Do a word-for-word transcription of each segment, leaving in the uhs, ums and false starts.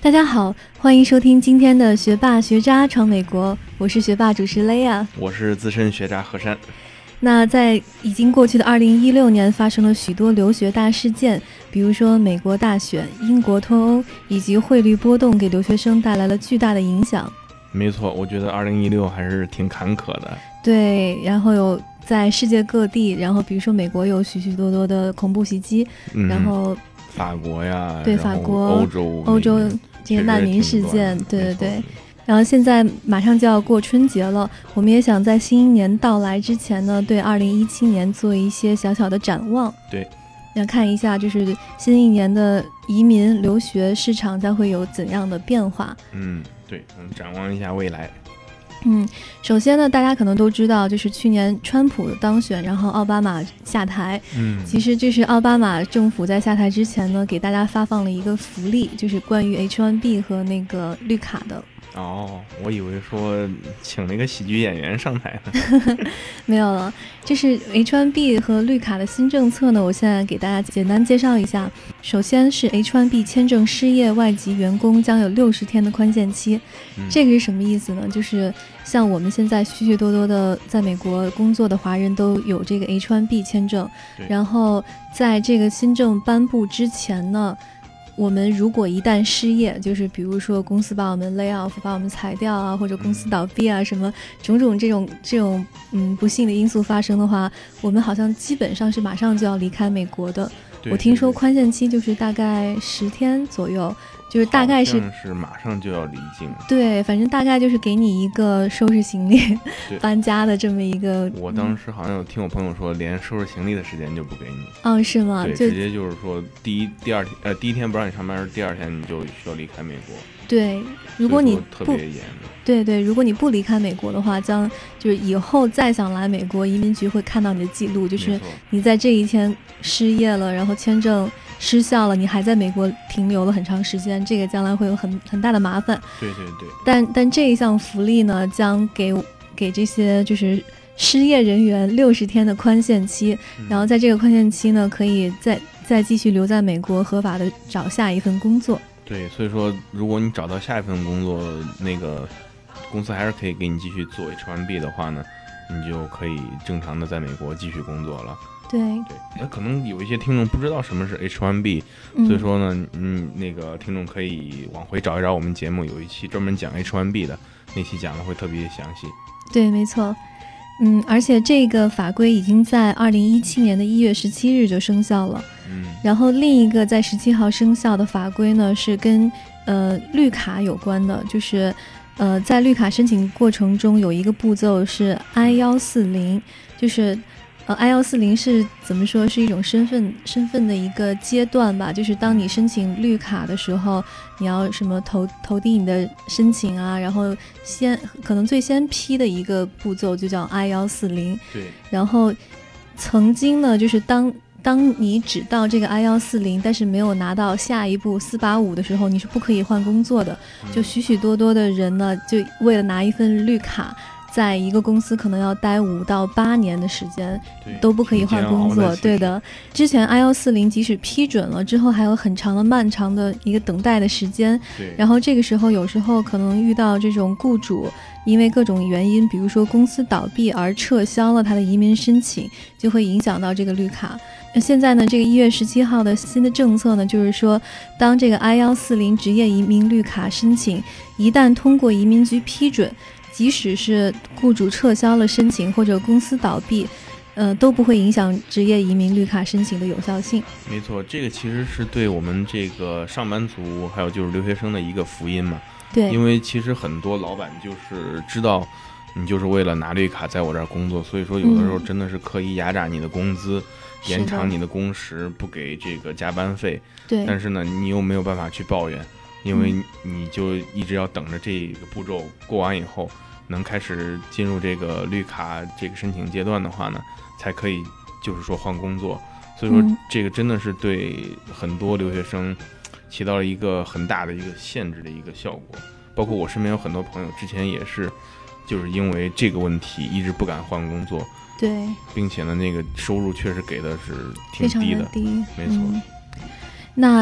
大家好，欢迎收听今天的学霸学渣闯美国，我是学霸主持雷亚， 我是资深学渣何山。 那在已经过去的二零一六年发生了许多留学大事件，比如说美国大选、英国脱欧以及汇率波动，给留学生带来了巨大的影响。 没错，我觉得二零一六还是挺坎坷的。 对，然后有在世界各地，然后比如说美国有许许多多的恐怖袭击，嗯、然后法国呀， 对法国、 欧洲、 欧洲这些难民事件，对对对。然后现在马上就要过春节了，我们也想在新一年到来之前呢，对二零一七年做一些小小的展望。 对， 要看一下就是新一年的移民留学市场将会有怎样的变化。 嗯，对，我们展望一下未来。 嗯，首先呢，大家可能都知道，就是去年川普当选，然后奥巴马下台。 嗯， 其实这是奥巴马政府在下台之前呢，给大家发放了一个福利，就是关于 H 一 B 和那个绿卡的。 哦，我以为说请了一个喜剧演员上台呢。 没有了，这是 H 一 B 和绿卡的新政策呢，我现在给大家简单介绍一下。首先是 H 一 B 签证失业外籍员工将有六十天的宽限期、嗯、这个是什么意思呢？就是像我们现在许许多多的在美国工作的华人都有这个 H 一 B 签证，然后在这个新政颁布之前呢，我们如果一旦失业，就是比如说公司把我们 lay off 把我们裁掉啊，或者公司倒闭啊，什么种种这种这种嗯不幸的因素发生的话，我们好像基本上是马上就要离开美国的。我听说宽限期就是大概十天左右，就是大概是是马上就要离境。 对，反正大概就是给你一个收拾行李搬家的这么一个。 我当时好像有听我朋友说，连收拾行李的时间就不给你。 哦，是吗？ 对，直接就是说第一、第二天，呃，第一天不让你上班，第二天你就需要离开美国。 对，如果你特别严。 对对，如果你不离开美国的话，将就是以后再想来美国，移民局会看到你的记录，就是你在这一天失业了，然后签证失效了，你还在美国停留了很长时间，这个将来会有很很大的麻烦。 对对对。 但但这一项福利呢，将给给这些就是失业人员六十天的宽限期、嗯，然后在这个宽限期呢，可以再再继续留在美国，合法的找下一份工作。 对，所以说如果你找到下一份工作，那个公司还是可以给你继续做 H 一 B 的话呢，你就可以正常的在美国继续工作了。 对对，那可能有一些听众不知道什么是 H 一 B、嗯、所以说呢，嗯，那个听众可以往回找一找我们节目，有一期专门讲 H 一 B 的，那期讲的会特别详细。 对，没错。嗯，而且这个法规已经在二零一七年的一月十七日就生效了。 嗯， 然后另一个在十七号生效的法规呢，是跟呃绿卡有关的，就是呃在绿卡申请过程中有一个步骤是 I 一四零，就是呃 I 一四零是怎么说，是一种身份身份的一个阶段吧，就是当你申请绿卡的时候，你要什么投投递你的申请啊，然后先可能最先批的一个步骤就叫 I 一四零。 对， 然后曾经呢，就是当当你只到这个 I 一四零，但是没有拿到下一步四八五的时候，你是不可以换工作的。就许许多多的人呢，就为了拿一份绿卡，在一个公司可能要待五到八年的时间，都不可以换工作。对的，之前 I 一四零即使批准了之后，还有很长的漫长的一个等待的时间。 对， 然后这个时候有时候可能遇到这种雇主因为各种原因，比如说公司倒闭而撤销了他的移民申请，就会影响到这个绿卡。现在呢，这个一月十七号的新的政策呢，就是说当这个 I 一四零职业移民绿卡申请一旦通过移民局批准，即使是雇主撤销了申请或者公司倒闭，呃，都不会影响职业移民绿卡申请的有效性。 没错，这个其实是对我们这个上班族还有就是留学生的一个福音嘛。 对， 因为其实很多老板就是知道你就是为了拿绿卡在我这儿工作，所以说有的时候真的是刻意压榨你的工资、嗯、延长你的工时，不给这个加班费。 对， 但是呢，你又没有办法去抱怨，因为你就一直要等着这个步骤过完以后，能开始进入这个绿卡这个申请阶段的话呢，才可以就是说换工作。所以说这个真的是对很多留学生起到了一个很大的一个限制的一个效果。包括我身边有很多朋友之前也是就是因为这个问题一直不敢换工作。 对， 并且呢那个收入确实给的是挺低的。 非常的低， 没错、嗯、 那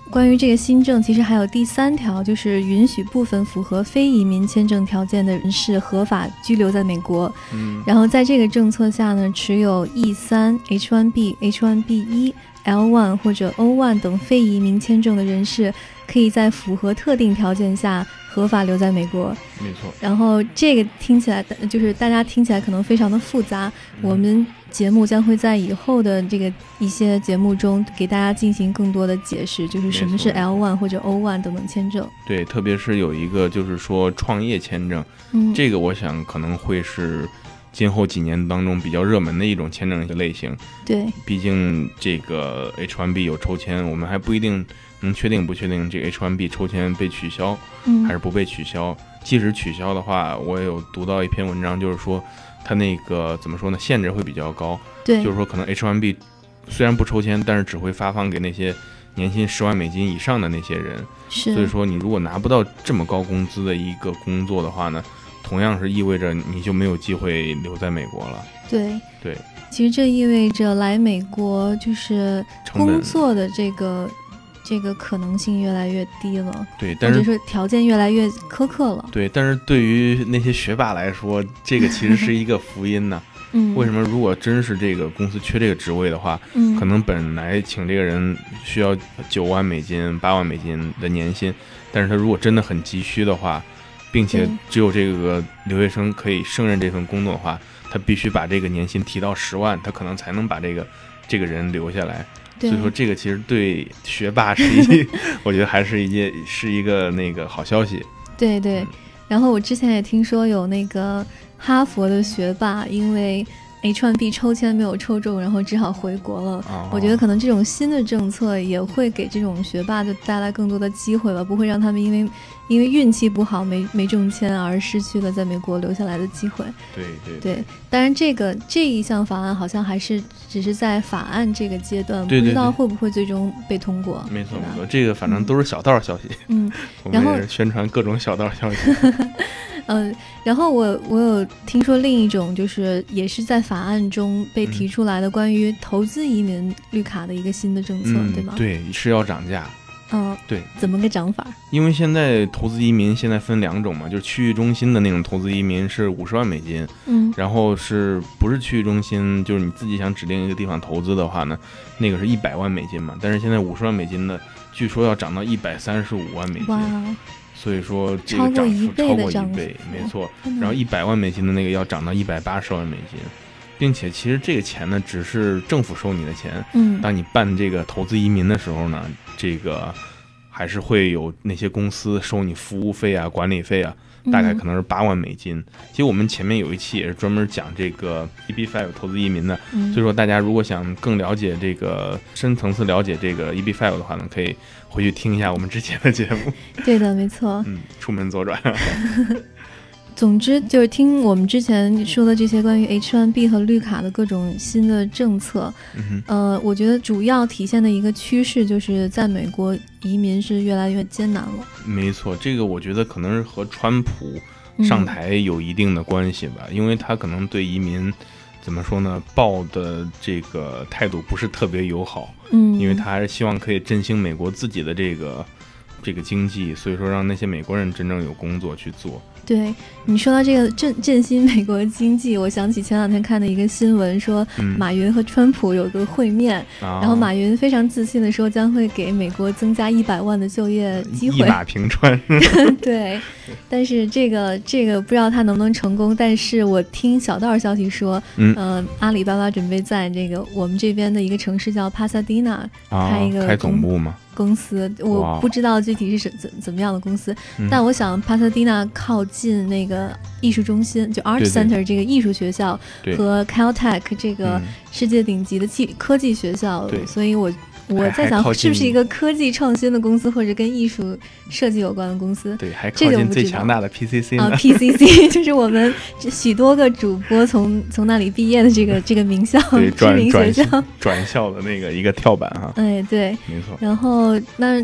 关于这个新政，其实还有第三条，就是允许部分符合非移民签证条件的人士合法居留在美国。 嗯， 然后在这个政策下呢，持有 E 三、H 一 B、H 一 B 一、L 一 或者 O 一 等非移民签证的人士，可以在符合特定条件下合法留在美国。 没错。 然后这个听起来就是大家听起来可能非常的复杂， 嗯、 我们节目将会在以后的这个一些节目中给大家进行更多的解释，就是什么是 L 一 或者 O 一 等等签证。 对，特别是有一个就是说创业签证， 嗯， 这个我想可能会是今后几年当中比较热门的一种签证的类型。 对， 毕竟这个 H 一 B 有抽签，我们还不一定能确定不确定这个 H 一 B 抽签被取消、嗯、还是不被取消。即使取消的话，我也有读到一篇文章，就是说它那个怎么说呢，限制会比较高。 对， 就是说可能 H 一 B 虽然不抽签，但是只会发放给那些年薪十万美金以上的那些人。 是， 所以说你如果拿不到这么高工资的一个工作的话呢，同样是意味着你就没有机会留在美国了。 对对， 其实这意味着来美国就是工作的这个这个可能性越来越低了。 对，但是或者说条件越来越苛刻了。 对，但是对于那些学霸来说，这个其实是一个福音呢。嗯，为什么？如果真是这个公司缺这个职位的话，嗯，可能本来请这个人需要九万美金、八万美金的年薪，但是他如果真的很急需的话，并且只有这个留学生可以胜任这份工作的话，他必须把这个年薪提到十万，他可能才能把这个这个人留下来。所以说，这个其实对学霸是一，我觉得还是一件是一个那个好消息。 对对、嗯，然后我之前也听说有那个哈佛的学霸，因为 H 一 B 抽签没有抽中，然后只好回国了、哦、我觉得可能这种新的政策也会给这种学霸就带来更多的机会吧，不会让他们因为因为运气不好没没中签而失去了在美国留下来的机会。 对对对, 对，当然这个这一项法案好像还是只是在法案这个阶段， 对对对， 不知道会不会最终被通过。 没错没错，这个反正都是小道消息。 嗯， 我们也是宣传各种小道消息。 嗯，然后我我有听说另一种就是也是在法案中被提出来的关于投资移民绿卡的一个新的政策、 嗯、 对吗？ 对，是要涨价。 嗯， 对， 怎么个涨法？ 因为现在投资移民现在分两种嘛，就是区域中心的那种投资移民是五十万美金， 嗯， 然后是不是区域中心，就是你自己想指定一个地方投资的话呢，那个是一百万美金嘛，但是现在五十万美金的，据说要涨到一百三十五万美金。 哇， 所以说这个涨幅超过一倍，没错。然后一百万美金的那个要涨到一百八十万美金，并且其实这个钱呢，只是政府收你的钱。 嗯， 当你办这个投资移民的时候呢，这个还是会有那些公司收你服务费啊、管理费啊，大概可能是八万美金。嗯、其实我们前面有一期也是专门讲这个 E B 五 投资移民的， 嗯、 所以说大家如果想更了解这个深层次了解这个 E B 五 的话呢，可以回去听一下我们之前的节目。 对的，没错。 嗯，出门左转。 总之就是听我们之前说的这些关于 H 一 B 和绿卡的各种新的政策、 嗯、 呃，我觉得主要体现的一个趋势就是在美国移民是越来越艰难了。 没错，这个我觉得可能是和川普上台有一定的关系吧、嗯、因为他可能对移民怎么说呢，抱的这个态度不是特别友好。 嗯， 因为他还是希望可以振兴美国自己的这个这个经济，所以说让那些美国人真正有工作去做。 对，你说到这个振振兴美国经济，我想起前两天看的一个新闻，说马云和川普有个会面、嗯、然后马云非常自信的说将会给美国增加一百万的就业机会， 一马平川。 对，但是这个这个不知道他能不能成功，但是我听小道消息说嗯、呃，阿里巴巴准备在这个我们这边的一个城市叫帕萨迪纳开一个、 哦、开总部吗？ 公司我不知道具体是怎怎么样的公司、嗯、但我想帕萨迪纳靠近那个艺术中心，就 Art Center 这个艺术学校和 Caltech 这个世界顶级的技科技学校，所以我我在想是不是一个科技创新的公司，或者跟艺术设计有关的公司。 对，还靠近最强大的 P C C 呢、 啊、P C C 就是我们许多个主播从从那里毕业的这个这个名校，知名学校转校的那个一个跳板哈。 哎，对， 没错。 然后那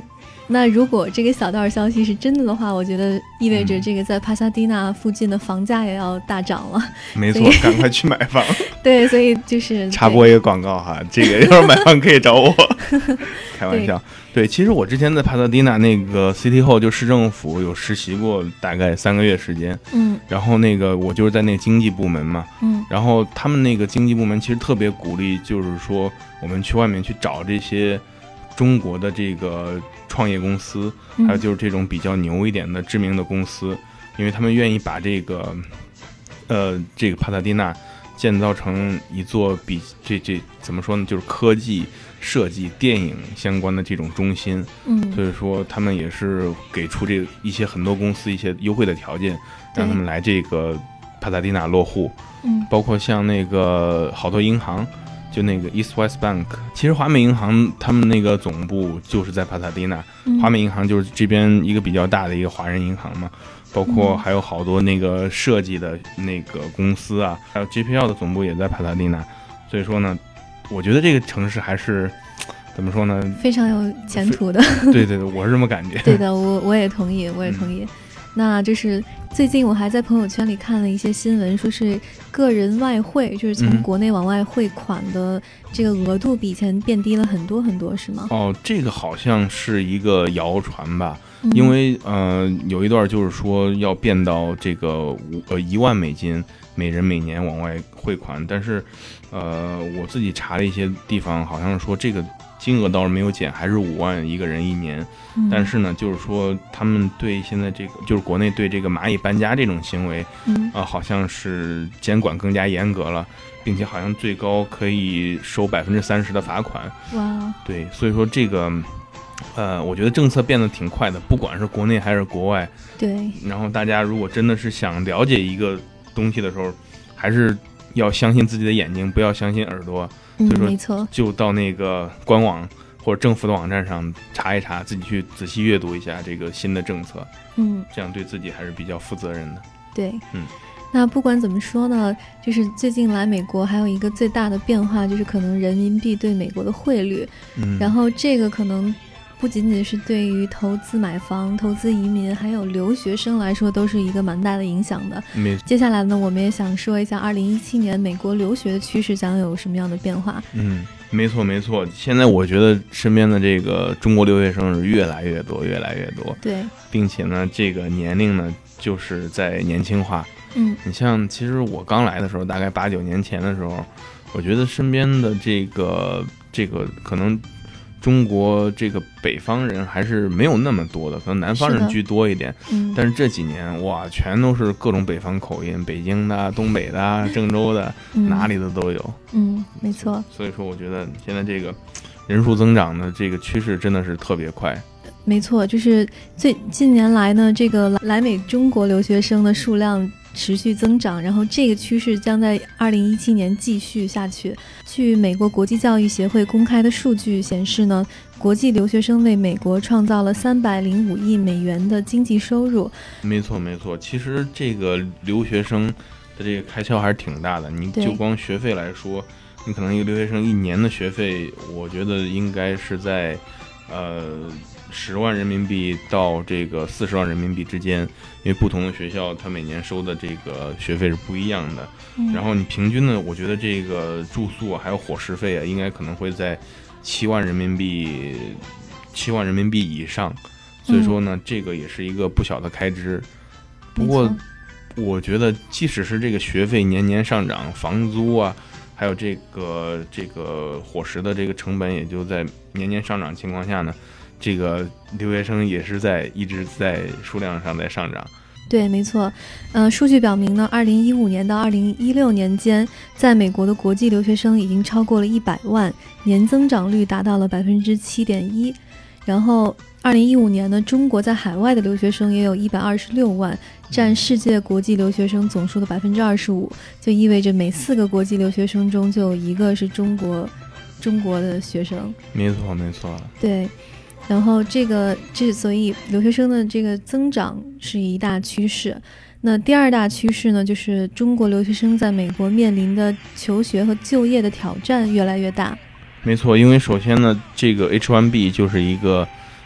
那如果这个小道消息是真的的话，我觉得意味着这个在帕萨迪纳附近的房价也要大涨了。 没错，赶快去买房。 对，所以就是插播一个广告哈，这个要是买房可以找我。开玩笑。对, 对，其实我之前在帕萨迪纳那个 City Hall 就市政府有实习过，大概三个月时间。嗯，然后那个我就是在那个经济部门嘛。嗯，然后他们那个经济部门其实特别鼓励，就是说我们去外面去找这些中国的这个创业公司，还有就是这种比较牛一点的知名的公司，因为他们愿意把这个呃这个帕萨迪纳建造成一座比这这怎么说呢，就是科技设计电影相关的这种中心。嗯，所以说他们也是给出这一些很多公司一些优惠的条件，让他们来这个帕萨迪纳落户。嗯，包括像那个好多银行，就那个 East West Bank， 其实华美银行他们那个总部就是在帕萨迪纳。嗯，华美银行就是这边一个比较大的一个华人银行嘛，包括还有好多那个设计的那个公司啊，还有 J P L 的总部也在帕萨迪纳。所以说呢，我觉得这个城市还是怎么说呢， 非常有前途的。 对对对，我是这么感觉。 对的，我我也同意，我也同意。嗯，那就是最近我还在朋友圈里看了一些新闻，说是个人外汇，就是从国内往外汇款的这个额度比以前变低了很多很多，是吗？ 哦，这个好像是一个谣传吧。嗯，因为呃有一段就是说要变到这个呃一万美金每人每年往外汇款，但是呃我自己查了一些地方，好像说这个金额倒是没有减，还是五万一个人一年。嗯，但是呢，就是说他们对现在这个就是国内对这个蚂蚁搬家这种行为，嗯，呃，好像是监管更加严格了，并且好像最高可以收百分之三十的罚款。哇，对，所以说这个，呃，我觉得政策变得挺快的，不管是国内还是国外。 对。然后大家如果真的是想了解一个东西的时候，还是要相信自己的眼睛，不要相信耳朵。 嗯， 所以说没错， 就到那个官网或者政府的网站上查一查，自己去仔细阅读一下这个新的政策。嗯，这样对自己还是比较负责任的。 对，嗯。那不管怎么说呢，就是最近来美国还有一个最大的变化，就是可能人民币对美国的汇率。嗯，然后这个可能不仅仅是对于投资买房、投资移民还有留学生来说都是一个蛮大的影响的。接下来呢，我们也想说一下二零一七年美国留学的趋势将有什么样的变化。 嗯，没错没错，现在我觉得身边的这个中国留学生是越来越多越来越多。 对， 并且呢这个年龄呢就是在年轻化。嗯，你像其实我刚来的时候，大概八九年前的时候，我觉得身边的这个这个可能中国这个北方人还是没有那么多的，可能南方人居多一点。嗯，但是这几年哇，全都是各种北方口音，北京的、东北的、郑州的，嗯，哪里的都有。 嗯，没错。 所以说，我觉得现在这个人数增长的这个趋势真的是特别快。 没错，就是最近年来呢，这个来美中国留学生的数量持续增长，然后这个趋势将在二零一七年继续下去。据美国国际教育协会公开的数据显示呢，国际留学生为美国创造了三百零五亿美元的经济收入。 没错没错，其实这个留学生的这个开销还是挺大的，你就光学费来说，你可能一个留学生一年的学费，我觉得应该是在呃十万人民币到这个四十万人民币之间，因为不同的学校它每年收的这个学费是不一样的。嗯，然后你平均呢，我觉得这个住宿啊还有伙食费啊，应该可能会在七万人民币七万人民币以上。所以说呢，嗯，这个也是一个不小的开支。不过我觉得即使是这个学费年年上涨，房租啊还有这个这个伙食的这个成本也就在年年上涨情况下呢，这个留学生也是在一直在数量上在上涨。 对，没错。呃，数据表明呢，二零一五年到二零一六年间，在美国的国际留学生已经超过了一百万，年增长率达到了百分之七点一。然后，二零一五年呢，中国在海外的留学生也有一百二十六万，占世界国际留学生总数的百分之二十五，就意味着每四个国际留学生中就有一个是中国中国的学生。 没错，没错。 对。然后这个之所以留学生的这个增长是一大趋势，那第二大趋势呢，就是中国留学生在美国面临的求学和就业的挑战越来越大。 没错，因为首先呢，这个 H 一 B 就是一个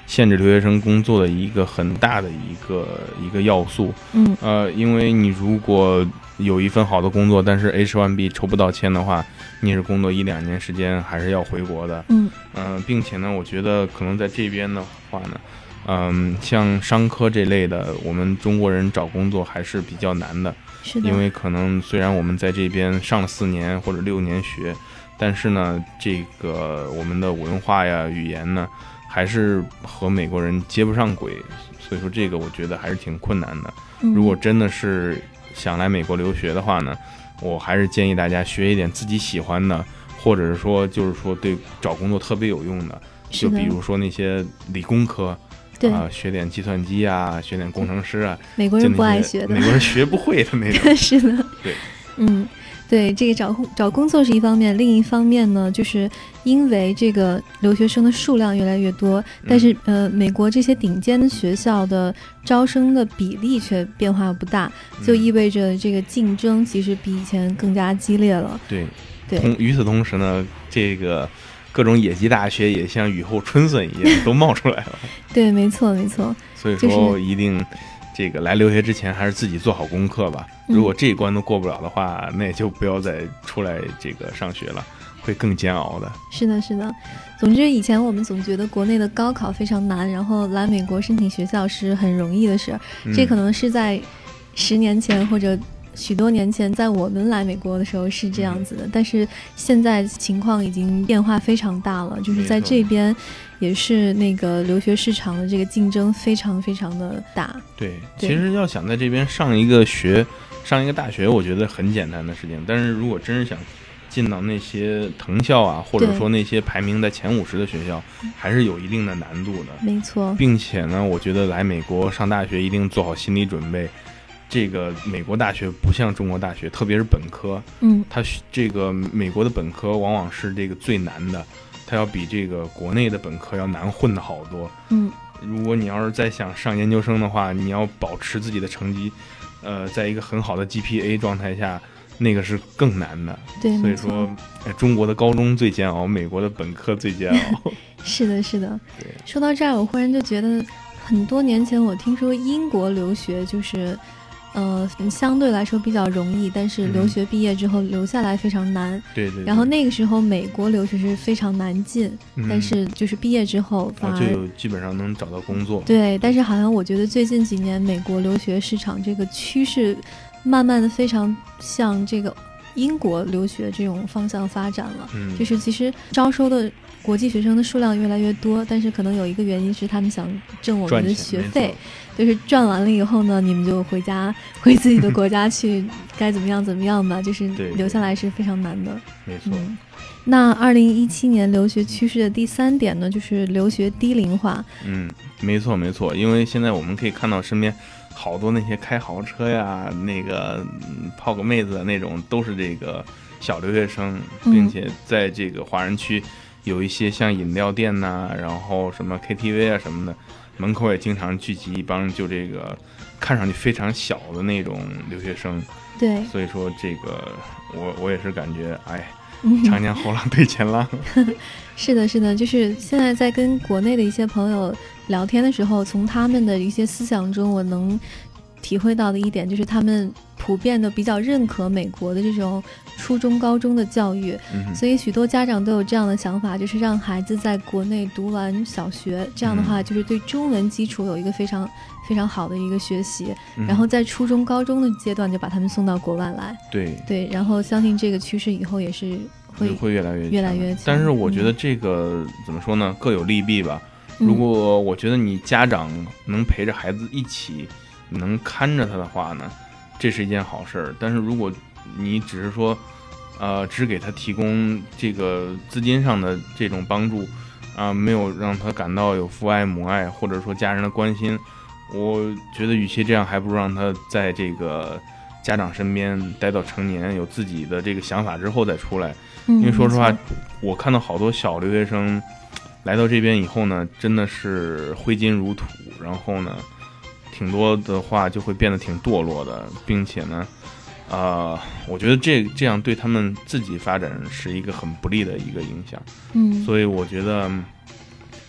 限制留学生工作的一个很大的一个一个要素。 嗯， 呃，因为你如果有一份好的工作，但是 H 一 B 抽不到签的话，你是工作一两年时间还是要回国的。 嗯， 呃，并且呢，我觉得可能在这边的话呢，嗯、呃，像商科这类的，我们中国人找工作还是比较难的。 是的， 因为可能虽然我们在这边上了四年或者六年学，但是呢，这个我们的文化呀、语言呢，还是和美国人接不上轨，所以说这个我觉得还是挺困难的。 嗯、 如果真的是想来美国留学的话呢，我还是建议大家学一点自己喜欢的，或者是说就是说对找工作特别有用的，就比如说那些理工科。 对啊，学点计算机啊，学点工程师啊， 美国人不爱学的， 美国人学不会的那种。 是的， 对， 嗯，对，这个找找工作是一方面，另一方面呢，就是因为这个留学生的数量越来越多，但是、嗯、呃，美国这些顶尖的学校的招生的比例却变化不大，就意味着这个竞争其实比以前更加激烈了。 对， 对。 同与此同时呢，这个。各种野鸡大学也像雨后春笋一样都冒出来了。 对，没错没错。 所以说一定这个来留学之前还是自己做好功课吧。 嗯、 如果这一关都过不了的话，那也就不要再出来这个上学了，会更煎熬的。 是的是的。总之以前我们总觉得国内的高考非常难，然后来美国申请学校是很容易的事， 嗯、 这可能是在十年前或者许多年前在我们来美国的时候是这样子的，但是现在情况已经变化非常大了，就是在这边也是那个留学市场的这个竞争非常非常的大。 对, 对，其实要想在这边上一个学上一个大学我觉得很简单的事情，但是如果真是想进到那些藤校啊，或者说那些排名在前五十的学校，还是有一定的难度的。 没错， 并且呢，我觉得来美国上大学一定做好心理准备，这个美国大学不像中国大学，特别是本科， 嗯， 它这个美国的本科往往是这个最难的，它要比这个国内的本科要难混的好多。 嗯， 如果你要是再想上研究生的话，你要保持自己的成绩，呃，在一个很好的 G P A 状态下，那个是更难的。 对， 所以说，哎，中国的高中最煎熬，美国的本科最煎熬。 是的，是的。说到这儿，我忽然就觉得，很多年前我听说英国留学就是。呃，相对来说比较容易，但是留学毕业之后留下来非常难。 嗯、对, 对对。 然后那个时候美国留学是非常难进，嗯、但是就是毕业之后反而、 哦、就基本上能找到工作。 对，但是好像我觉得最近几年美国留学市场这个趋势，慢慢的非常向这个英国留学这种方向发展了。 嗯， 就是其实招收的国际学生的数量越来越多，但是可能有一个原因是他们想挣我们的学费。就是赚完了以后呢，你们就回家回自己的国家去，该怎么样怎么样吧，就是留下来是非常难的。 没错。 嗯，那二零一七年留学趋势的第三点呢，就是留学低龄化。 嗯，没错没错，因为现在我们可以看到身边好多那些开豪车呀，那个、嗯、泡个妹子的那种，都是这个小留学生，并且在这个华人区有一些像饮料店呐、啊，然后什么 K T V 啊什么的。门口也经常聚集一帮就这个看上去非常小的那种留学生。 对， 所以说这个我我也是感觉，哎，长江后浪推前浪。 是的，是的，就是现在在跟国内的一些朋友聊天的时候，从他们的一些思想中，我能体会到的一点就是他们普遍的比较认可美国的这种初中高中的教育、 嗯、 所以许多家长都有这样的想法，就是让孩子在国内读完小学，这样的话就是对中文基础有一个非常非常好的一个学习、嗯、然后在初中高中的阶段就把他们送到国外来。 对对，然后相信这个趋势以后也是会会越来越越来越强。 但是我觉得这个、嗯、怎么说呢，各有利弊吧。如果我觉得你家长能陪着孩子一起能看着他的话呢，这是一件好事儿。但是如果你只是说呃只给他提供这个资金上的这种帮助啊、呃，没有让他感到有父爱母爱或者说家人的关心，我觉得与其这样，还不如让他在这个家长身边待到成年，有自己的这个想法之后再出来、嗯、因为说实话，我看到好多小留学生来到这边以后呢，真的是挥金如土，然后呢挺多的话就会变得挺堕落的，并且呢呃，我觉得这这样对他们自己发展是一个很不利的一个影响。 嗯， 所以我觉得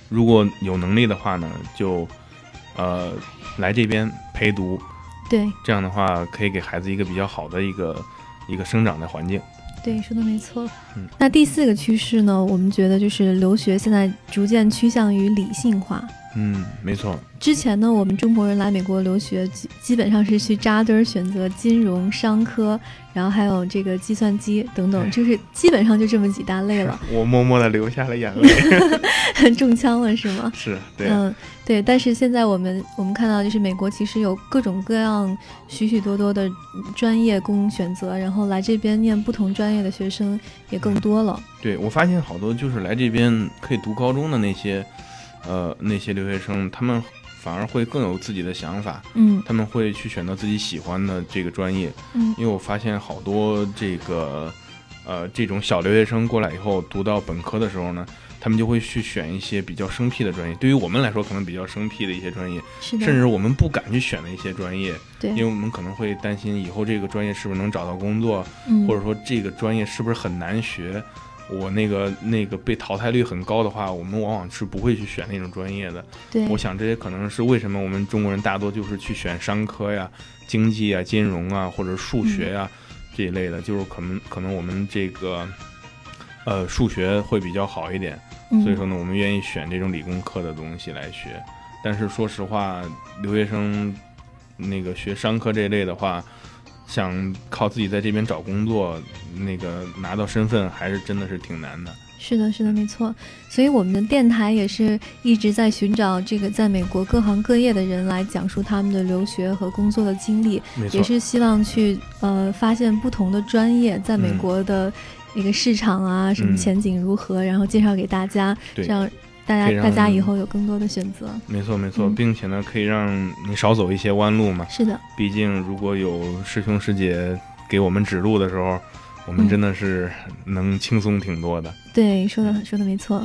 如果有能力的话呢，就呃来这边陪读， 对， 这样的话可以给孩子一个比较好的一个一个生长的环境。 对，说的没错。 嗯， 那第四个趋势呢，我们觉得就是留学现在逐渐趋向于理性化。 嗯，没错。 之前呢，我们中国人来美国留学，基基本上是去扎堆选择金融、商科，然后还有这个计算机等等，就是基本上就这么几大类了。 我默默的流下了眼泪， 中枪了是吗？ 是，对、啊， 嗯，对。但是现在我们我们看到，就是美国其实有各种各样、许许多多的专业供选择，然后来这边念不同专业的学生也更多了。 对，我发现好多就是来这边可以读高中的那些。呃，那些留学生他们反而会更有自己的想法， 嗯， 他们会去选择自己喜欢的这个专业， 嗯， 因为我发现好多这个呃这种小留学生过来以后读到本科的时候呢，他们就会去选一些比较生僻的专业，对于我们来说可能比较生僻的一些专业， 是的， 甚至我们不敢去选的一些专业， 对， 因为我们可能会担心以后这个专业是不是能找到工作， 嗯， 或者说这个专业是不是很难学。我那个那个被淘汰率很高的话，我们往往是不会去选那种专业的。 对， 我想这些可能是为什么我们中国人大多就是去选商科呀、经济啊、金融啊或者数学呀、嗯、这一类的，就是可能可能我们这个呃数学会比较好一点， 嗯、 所以说呢，我们愿意选这种理工科的东西来学。但是说实话，留学生那个学商科这一类的话，想靠自己在这边找工作，那个拿到身份还是真的是挺难的。 是的，是的，没错。所以我们的电台也是一直在寻找这个在美国各行各业的人来讲述他们的留学和工作的经历，也是希望去呃发现不同的专业在美国的一个市场啊、嗯、什么前景如何，然后介绍给大家，这样大家大家以后有更多的选择。 没错没错、嗯、并且呢可以让你少走一些弯路嘛。 是的， 毕竟如果有师兄师姐给我们指路的时候，我们真的是能轻松挺多的。 嗯、对，说的说的没错。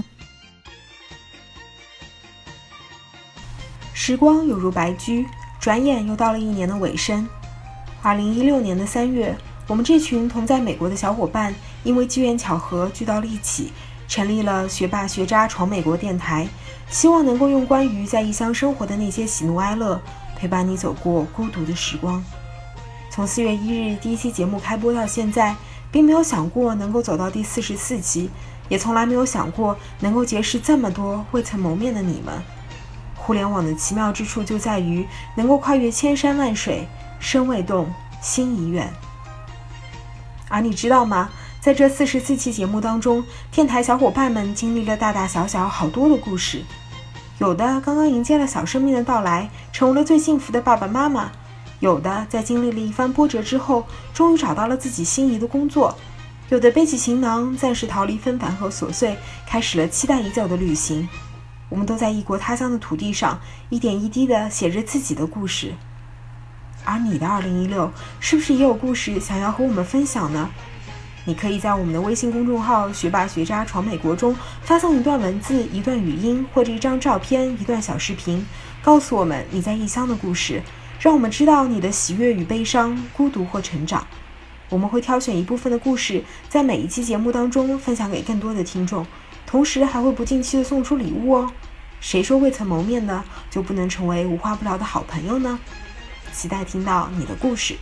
时光有如白驹，转眼又到了一年的尾声。二零一六年的三月，我们这群同在美国的小伙伴因为机缘巧合聚到了一起，成立了学霸学渣闯美国电台，希望能够用关于在异乡生活的那些喜怒哀乐，陪伴你走过孤独的时光。从四月一日第一期节目开播到现在，并没有想过能够走到第四十四期，也从来没有想过能够结识这么多未曾谋面的你们。互联网的奇妙之处就在于能够跨越千山万水，身未动，心已远。而你知道吗？在这四十四期节目当中，电台小伙伴们经历了大大小小好多的故事，有的刚刚迎接了小生命的到来，成为了最幸福的爸爸妈妈，有的在经历了一番波折之后，终于找到了自己心仪的工作，有的背起行囊，暂时逃离纷繁和琐碎，开始了期待已久的旅行。我们都在异国他乡的土地上，一点一滴地写着自己的故事。而你的二零一六是不是也有故事想要和我们分享呢？你可以在我们的微信公众号学霸学渣闯美国中发送一段文字、一段语音或者一张照片、一段小视频，告诉我们你在异乡的故事，让我们知道你的喜悦与悲伤、孤独或成长。我们会挑选一部分的故事，在每一期节目当中分享给更多的听众，同时还会不定期的送出礼物哦。谁说未曾谋面的就不能成为无话不聊的好朋友呢？期待听到你的故事。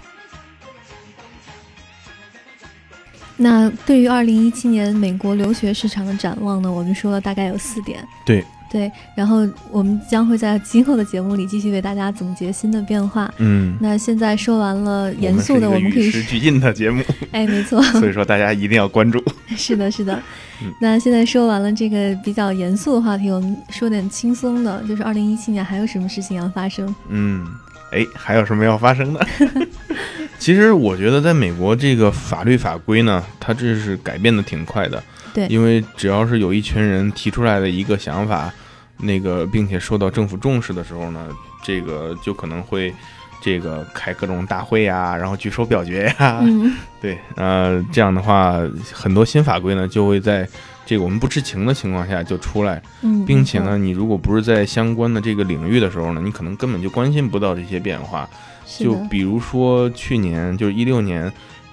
那对于二零一七年美国留学市场的展望呢，我们说了大概有四点。 对对，然后我们将会在今后的节目里继续为大家总结新的变化。 嗯， 那现在说完了严肃的，我们可以与时俱进的节目。 哎，没错。 所以说大家一定要关注。 是的，是的。 嗯、 那现在说完了这个比较严肃的话题，我们说点轻松的，就是二零一七年还有什么事情要发生？ 嗯，哎，还有什么要发生的？其实我觉得在美国这个法律法规呢，它这是改变的挺快的。 对， 因为只要是有一群人提出来的一个想法，那个并且受到政府重视的时候呢，这个就可能会这个开各种大会呀，然后举手表决呀。 嗯， 对，呃，这样的话，很多新法规呢就会在这个我们不知情的情况下就出来， 嗯， 并且呢，你如果不是在相关的这个领域的时候呢，你可能根本就关心不到这些变化。就比如说去年就是一六年，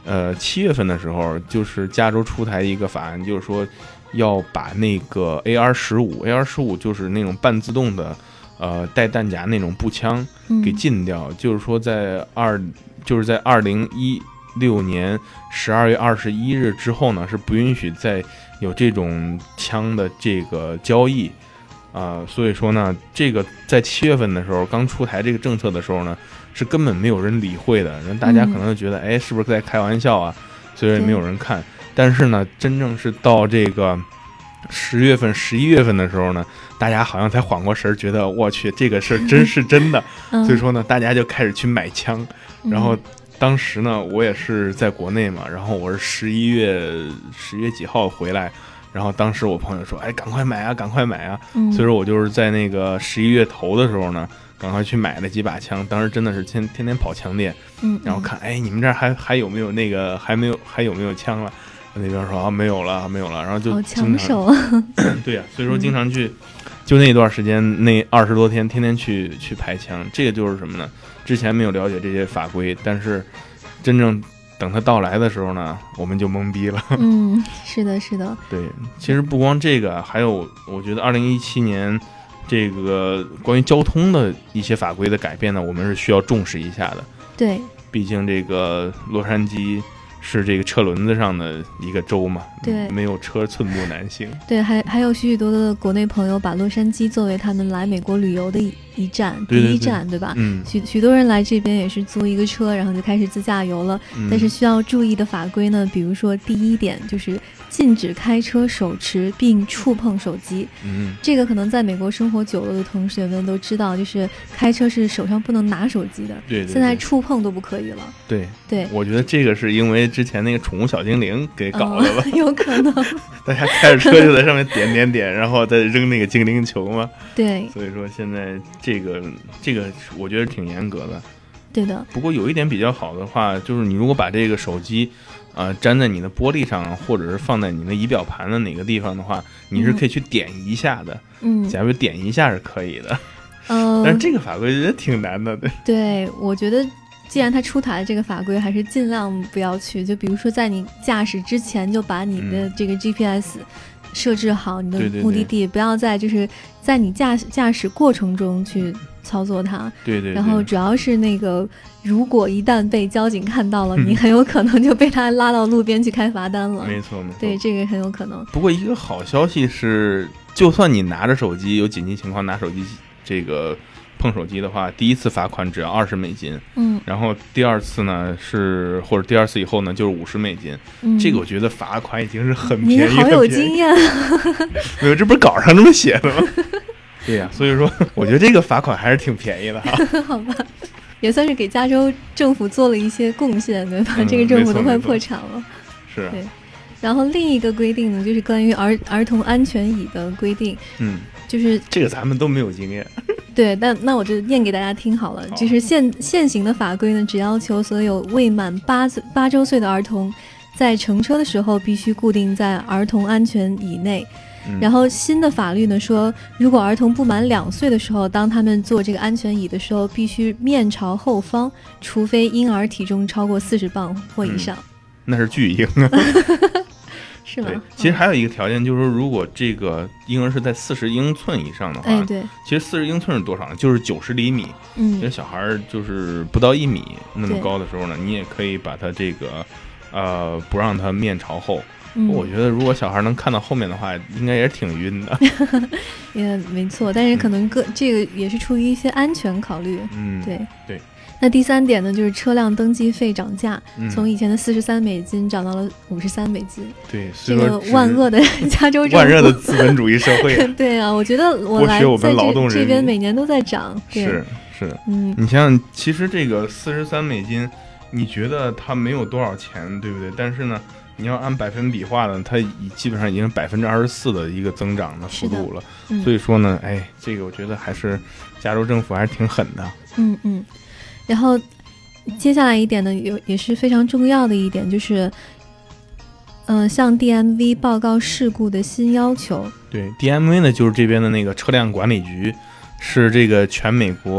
呃七月份的时候，就是加州出台一个法案，就是说要把那个 A R 十五 A R 十五就是那种半自动的呃带弹夹那种步枪给禁掉，嗯、就是说在二就是在二零一六年十二月二十一日之后呢，是不允许再有这种枪的这个交易。啊、呃，所以说呢，这个在七月份的时候刚出台这个政策的时候呢，是根本没有人理会的，人大家可能就觉得，哎、嗯，是不是在开玩笑啊？所以也没有人看。但是呢，真正是到这个十月份、十一月份的时候呢，大家好像才缓过神，觉得我去，这个事儿真是真的。嗯、所以说呢，大家就开始去买枪。然后当时呢，我也是在国内嘛，然后我是十一月十月几号回来。然后当时我朋友说，哎，赶快买啊，赶快买啊！嗯、所以说我就是在那个十一月头的时候呢，赶快去买了几把枪。当时真的是天天天跑枪店，嗯，然后看，哎，你们这儿还还有没有那个还没有还有没有枪了？那边说啊，没有了，没有了。然后就好抢手啊！ 对呀、啊，所以说经常去，就那段时间那二十多天，天天去去排枪。这个就是什么呢？之前没有了解这些法规，但是真正等它到来的时候呢，我们就懵逼了。 嗯，是的，是的。 对，其实不光这个，还有我觉得二零一七年这个关于交通的一些法规的改变呢，我们是需要重视一下的。 对， 毕竟这个洛杉矶是这个车轮子上的一个州嘛， 对， 没有车寸步难行。 对，还还有许许多多的国内朋友把洛杉矶作为他们来美国旅游的一一站， 对对对， 第一站，对吧？ 嗯， 许许多人来这边也是租一个车，然后就开始自驾游了。嗯、但是需要注意的法规呢，比如说第一点就是禁止开车手持并触碰手机。 嗯， 这个可能在美国生活久了的同学们都知道，就是开车是手上不能拿手机的。 对, 对, 对， 现在触碰都不可以了。 对对， 我觉得这个是因为之前那个宠物小精灵给搞的吧？ 嗯、有可能。 大家开着车就在上面点点点，然后再扔那个精灵球嘛。 对， 所以说现在这个这个我觉得挺严格的。 对的。 不过有一点比较好的话，就是你如果把这个手机呃粘在你的玻璃上，或者是放在你的仪表盘的哪个地方的话，你是可以去点一下的。嗯，假如点一下是可以的。嗯、呃，但是这个法规也挺难的。对， 对，我觉得既然它出台了这个法规，还是尽量不要去。就比如说在你驾驶之前就把你的这个 G P S、嗯设置好你的目的地， 对对对， 不要在就是在你驾驾驶过程中去操作它。 对 对, 对。 然后主要是那个，如果一旦被交警看到了，嗯、你很有可能就被他拉到路边去开罚单了。 没错没错。 对，这个很有可能。 不过一个好消息是，就算你拿着手机，有紧急情况拿手机这个碰手机的话，第一次罚款只要二十美金， 嗯， 然后第二次呢是或者第二次以后呢就是五十美金，嗯，这个我觉得罚款已经是很便宜， 你好有经验， 没有，这不是稿上这么写的吗？对呀、啊，所以说我觉得这个罚款还是挺便宜的哈。 好吧，也算是给加州政府做了一些贡献，对吧？ 嗯、 这个政府都快破产了， 是、啊。 对。然后另一个规定呢，就是关于儿儿童安全椅的规定， 嗯， 就是这个咱们都没有经验。 对，但那我就念给大家听好了。就是现现行的法规呢，只要求所有未满八岁八周岁的儿童，在乘车的时候必须固定在儿童安全椅内。嗯、然后新的法律呢说，如果儿童不满两岁的时候，当他们坐这个安全椅的时候，必须面朝后方，除非婴儿体重超过四十磅或以上。 嗯、那是巨婴啊。 是吗？ 对，其实还有一个条件，就是说，如果这个婴儿是在四十英寸以上的话， 哎，对， 其实四十英寸是多少呢？就是九十厘米。 嗯， 因为小孩就是不到一米那么高的时候呢，你也可以把他这个，呃，不让他面朝后。嗯、我觉得如果小孩能看到后面的话，应该也是挺晕的。 也没错，但是可能个、嗯、这个也是出于一些安全考虑。 嗯， 对对。 那第三点呢，就是车辆登记费涨价， 嗯、 从以前的四十三美金涨到了五十三美金。 对， 这个万恶的加州政府， 万恶的资本主义社会、啊。 对啊，我觉得我来在这这边每年都在涨。 是是， 嗯， 你想想，其实这个四十三美金，你觉得它没有多少钱，对不对？但是呢，你要按百分比划呢，它基本上已经是百分之二十四的一个增长的幅度了。 嗯、 所以说呢，哎，这个我觉得还是加州政府还是挺狠的。 嗯嗯。然后接下来一点呢，有也是非常重要的一点，就是嗯、呃，向 D M V 报告事故的新要求。 对 ，D M V 呢就是这边的那个车辆管理局，是这个全美国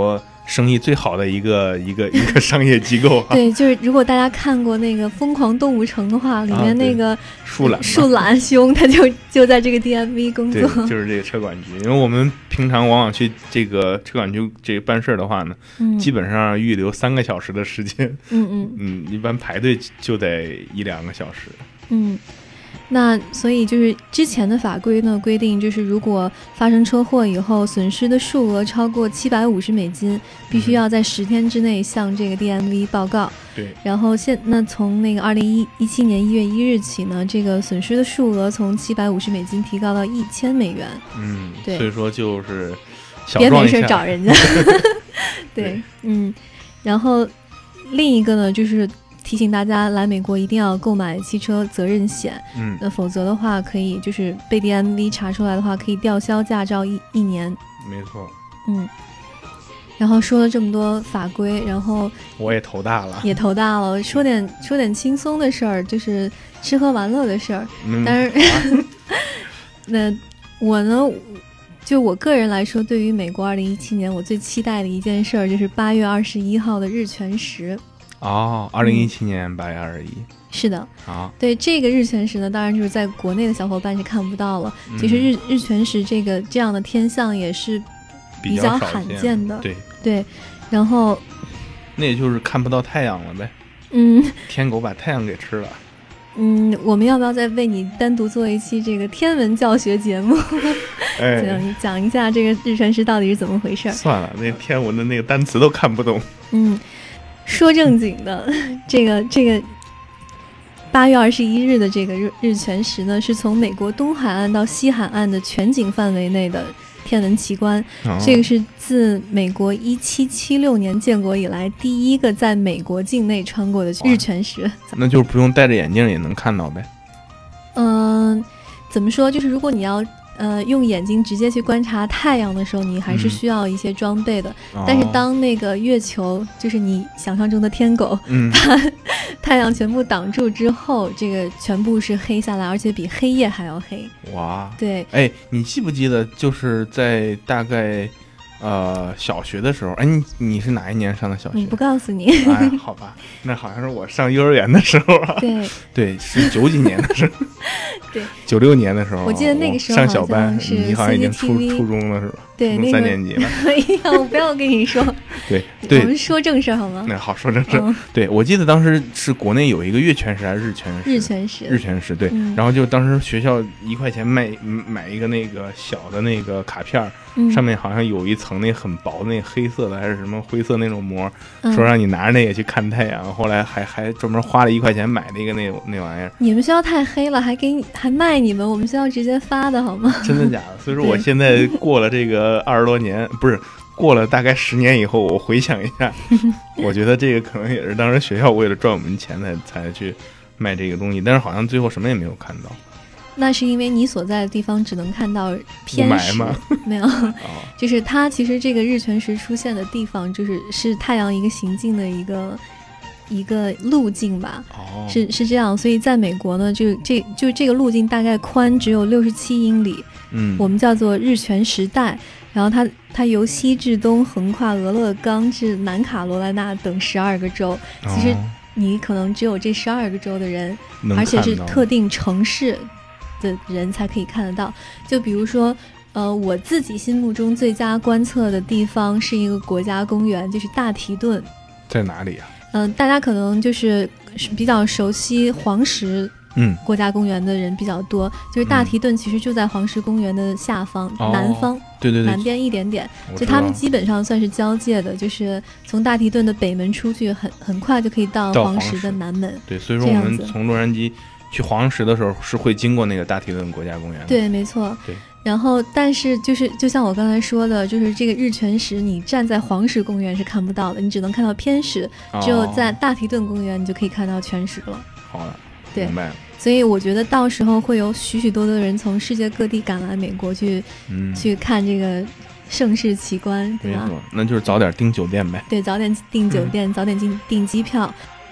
生意最好的一个一个一个商业机构、啊。 对，就是如果大家看过那个《疯狂动物城》的话，里面那个树懒树懒兄，他就就在这个 D M V 工作， 对，就是这个车管局。因为我们平常往往去这个车管局这个办事的话呢，嗯、基本上预留三个小时的时间， 嗯嗯嗯，一般排队就得一两个小时， 嗯。那所以就是之前的法规呢规定，就是如果发生车祸以后，损失的数额超过七百五十美金，必须要在十天之内向这个 D M V 报告。 对。 然后现那从那个二零一七年一月一日起呢，这个损失的数额从七百五十美金提高到一千美元。 嗯， 对。 所以说就是小别没撞一下事找人家。对, 对，嗯。然后另一个呢就是。提醒大家来美国一定要购买汽车责任险， 嗯， 那否则的话可以就是被 D M V 查出来的话可以吊销驾照一一年。 没错， 嗯。然后说了这么多法规，然后我也头大了， 也头大了。说点说点轻松的事儿，就是吃喝玩乐的事儿。嗯，但是、啊、那我呢，就我个人来说，对于美国二零一七年我最期待的一件事儿就是八月二十一号的日全食。 哦，二零一七年八月二十一， 是的啊， 对这个日全食呢，当然就是在国内的小伙伴是看不到了。嗯、其实日日全食这个这样的天象也是比较罕见的， 对对。然后那也就是看不到太阳了呗。 嗯， 天狗把太阳给吃了。 嗯，我们要不要再为你单独做一期这个天文教学节目？ 哎， 讲讲一下这个日全食到底是怎么回事？ 算了，那天文的那个单词都看不懂。 嗯。说正经的，这个这个八月二十一日的这个日日全食呢，是从美国东海岸到西海岸的全景范围内的天文奇观。哦、这个是自美国一七七六年建国以来第一个在美国境内穿过的日全食。 那就是不用戴着眼镜也能看到呗？ 嗯、呃，怎么说？就是如果你要。呃，用眼睛直接去观察太阳的时候，你还是需要一些装备的。嗯、但是当那个月球，就是你想象中的天狗， 嗯、 把太阳全部挡住之后，这个全部是黑下来，而且比黑夜还要黑。 哇！ 对， 哎，你记不记得，就是在大概呃小学的时候，哎，你你是哪一年上的小学？ 你不告诉你？ 哎，好吧，那好像是我上幼儿园的时候啊。 对对，是九几年的时候。 对， 九六年的时候， 我记得那个时候上小班， 是你好像已经初初中了是吧？ 对，那个三年级了。 哎呀，我不要跟你说。 对对， 我们说正事好吗？ 那好，说正事。 嗯、 对，我记得当时是国内有一个月全食还是日全食？ 日全食。 日全食，对。嗯、然后就当时学校一块钱买买一个那个小的那个卡片， 嗯、 上面好像有一层那很薄那黑色的还是什么灰色那种膜，嗯、说让你拿着那个去看太阳。后来还还专门花了一块钱买了一个那那玩意儿。 你们学校太黑了，还给你还卖你们？我们学校直接发的好吗？ 真的假的？所以说我现在过了这个二十多年，不是过了大概十年以后，我回想一下，我觉得这个可能也是当时学校为了赚我们钱才才去卖这个东西，但是好像最后什么也没有看到。 那是因为你所在的地方只能看到天使吗？ 没有，哦、就是它其实这个日全食出现的地方，就是是太阳一个行进的一个。一个路径吧， 哦、 是是这样，所以在美国呢，就这就这个路径大概宽只有六十七英里， 嗯， 我们叫做日全食带，然后它它由西至东横跨俄勒冈至南卡罗来纳等十二个州， 哦、 其实你可能只有这十二个州的人，而且是特定城市的人才可以看得到。就比如说，呃，我自己心目中最佳观测的地方是一个国家公园，就是大提顿。 在哪里啊？ 嗯、呃，大家可能就是比较熟悉黄石嗯国家公园的人比较多，嗯、就是大提顿其实就在黄石公园的下方、 嗯、 南方、 哦，对对对， 南边一点点，就他们基本上算是交界的，就是从大提顿的北门出去很很快就可以到黄石的南门。 对，所以说我们从洛杉矶去黄石的时候是会经过那个大提顿国家公园的。 对，没错。 对。 然后，但是就是就像我刚才说的，就是这个日全食，你站在黄石公园是看不到的，你只能看到偏食， 哦、 只有在大提顿公园你就可以看到全食了。 好了， 对， 明白了。 所以我觉得到时候会有许许多多的人从世界各地赶来美国去， 嗯， 去看这个盛世奇观，对吧？ 没错，那就是早点订酒店呗。 对，早点订酒店，嗯、早点订订机票。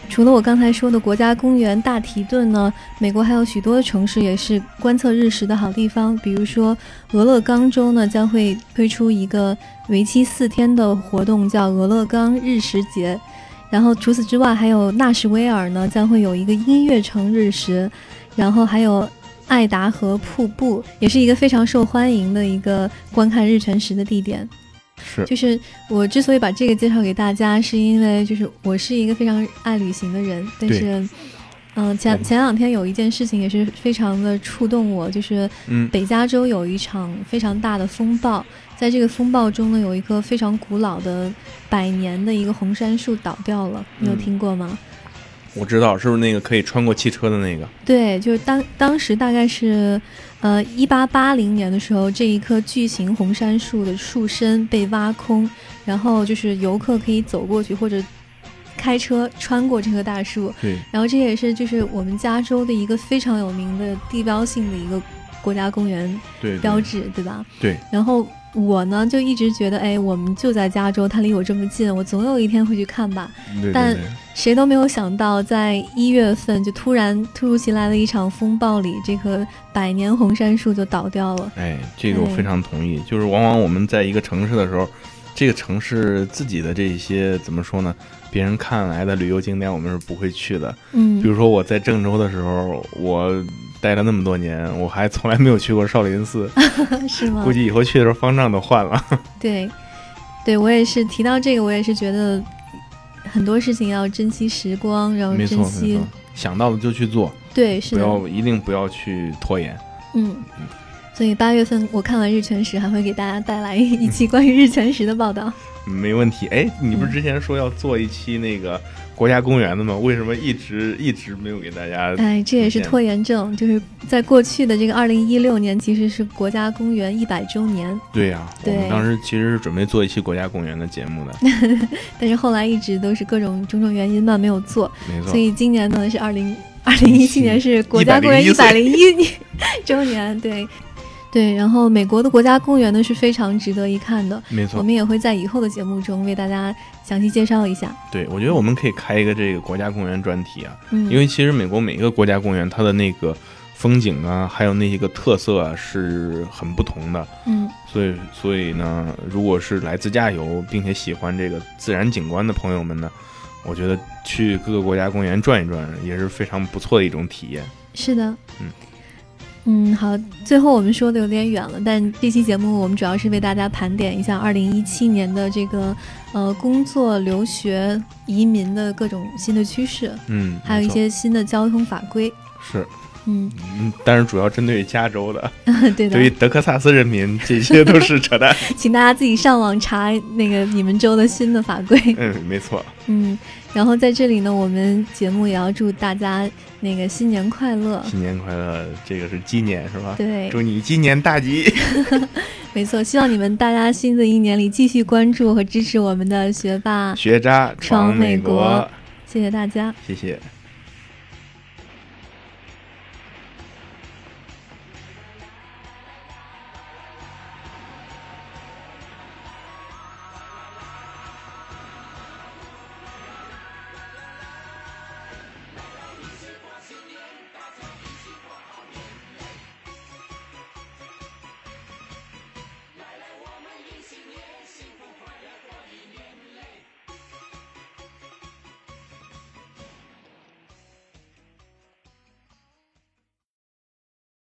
除了我刚才说的国家公园大提顿呢，美国还有许多城市也是观测日食的好地方。比如说俄勒冈州呢将会推出一个为期四天的活动，叫俄勒冈日食节。然后除此之外，还有纳什维尔呢将会有一个音乐城日食，然后还有爱达荷瀑布，也是一个非常受欢迎的一个观看日全食的地点。 是， 就是我之所以把这个介绍给大家，是因为就是我是一个非常爱旅行的人，但是嗯、呃，前前两天有一件事情也是非常的触动我，就是北加州有一场非常大的风暴，在这个风暴中呢，有一棵非常古老的百年的一个红杉树倒掉了，你有听过吗？ 嗯，我知道，是不是那个可以穿过汽车的那个？对， 就是当当时大概是呃一八八零年的时候，这一棵巨型红杉树的树身被挖空，然后就是游客可以走过去或者开车穿过这棵大树。 对， 然后这也是就是我们加州的一个非常有名的地标性的一个国家公园标志， 对, 对, 对吧？ 对。 然后我呢就一直觉得，哎，我们就在加州，它离我这么近，我总有一天会去看吧。 对对对， 但谁都没有想到，在一月份就突然突如其来的一场风暴里，这棵百年红杉树就倒掉了。 哎，这个我非常同意。哎，就是往往我们在一个城市的时候，这个城市自己的这些怎么说呢？别人看来的旅游景点，我们是不会去的。 嗯， 比如说我在郑州的时候，我待了那么多年，我还从来没有去过少林寺。 是吗？ 估计以后去的时候方丈都换了。 对，对我也是提到这个，我也是觉得很多事情要珍惜时光，然后珍惜， 想到了就去做。 对，是的， 不要一定不要去拖延。 嗯。嗯，所以八月份我看完日全食，还会给大家带来一期关于日全食的报道。 没问题。哎，你不是之前说要做一期那个国家公园的吗？为什么一直一直没有给大家？ 哎，这也是拖延症。就是在过去的这个二零一六年，其实是国家公园一百周年。 对呀、啊，我们当时其实是准备做一期国家公园的节目的， 但是后来一直都是各种种种原因吧，没有做。 没错。 所以今年呢是二零二零一七年是国家公园一百零一周年。对。对，然后美国的国家公园呢是非常值得一看的， 没错， 我们也会在以后的节目中为大家详细介绍一下。 对，我觉得我们可以开一个这个国家公园专题啊， 嗯， 因为其实美国每一个国家公园它的那个风景啊，还有那些个特色啊是很不同的， 嗯， 所以所以呢，如果是来自驾游并且喜欢这个自然景观的朋友们呢，我觉得去各个国家公园转一转也是非常不错的一种体验。 是的， 嗯。 嗯，好，最后我们说的有点远了，但这期节目我们主要是为大家盘点一下二零一七年的这个呃工作、留学、移民的各种新的趋势， 嗯， 还有一些新的交通法规。 是， 嗯嗯，但是主要针对于加州的， 对的， 对于德克萨斯人民，这些都是扯淡。 请大家自己上网查那个你们州的新的法规。 嗯，没错。 嗯，然后在这里呢，我们节目也要祝大家那个新年快乐， 新年快乐，这个是鸡年是吧？ 对， 祝你鸡年大吉。 没错，希望你们大家新的一年里继续关注和支持我们的学霸学渣闯美国， 谢谢大家， 谢谢。